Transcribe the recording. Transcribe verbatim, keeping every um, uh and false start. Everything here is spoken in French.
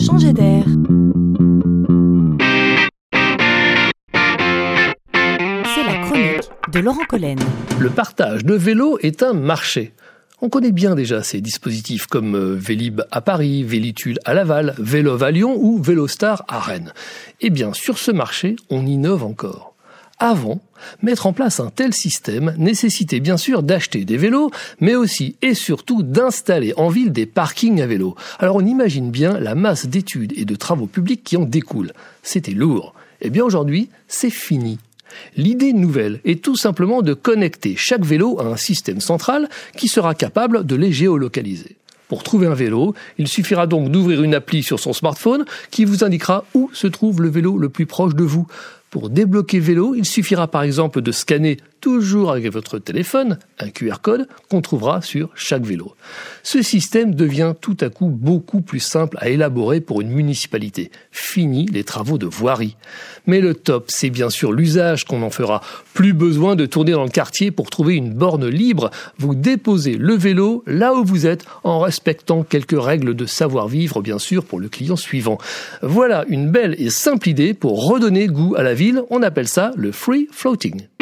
changer d'air. C'est la chronique de Laurent Collen. Le partage de vélos est un marché. On connaît bien déjà ces dispositifs comme Vélib à Paris, Vélitude à Laval, Vélov à Lyon ou Vélostar à Rennes. Eh bien, sur ce marché, on innove encore. Avant, mettre en place un tel système nécessitait bien sûr d'acheter des vélos, mais aussi et surtout d'installer en ville des parkings à vélos. Alors on imagine bien la masse d'études et de travaux publics qui en découlent. C'était lourd. Eh bien aujourd'hui, c'est fini. L'idée nouvelle est tout simplement de connecter chaque vélo à un système central qui sera capable de les géolocaliser. Pour trouver un vélo, il suffira donc d'ouvrir une appli sur son smartphone qui vous indiquera où se trouve le vélo le plus proche de vous. Pour débloquer vélo, il suffira par exemple de scanner, toujours avec votre téléphone, un Q R code qu'on trouvera sur chaque vélo. Ce système devient tout à coup beaucoup plus simple à élaborer pour une municipalité. Fini les travaux de voirie. Mais le top, c'est bien sûr l'usage qu'on en fera. Plus besoin de tourner dans le quartier pour trouver une borne libre. Vous déposez le vélo là où vous êtes en respectant quelques règles de savoir-vivre, bien sûr, pour le client suivant. Voilà une belle et simple idée pour redonner goût à la ville. On appelle ça le free floating.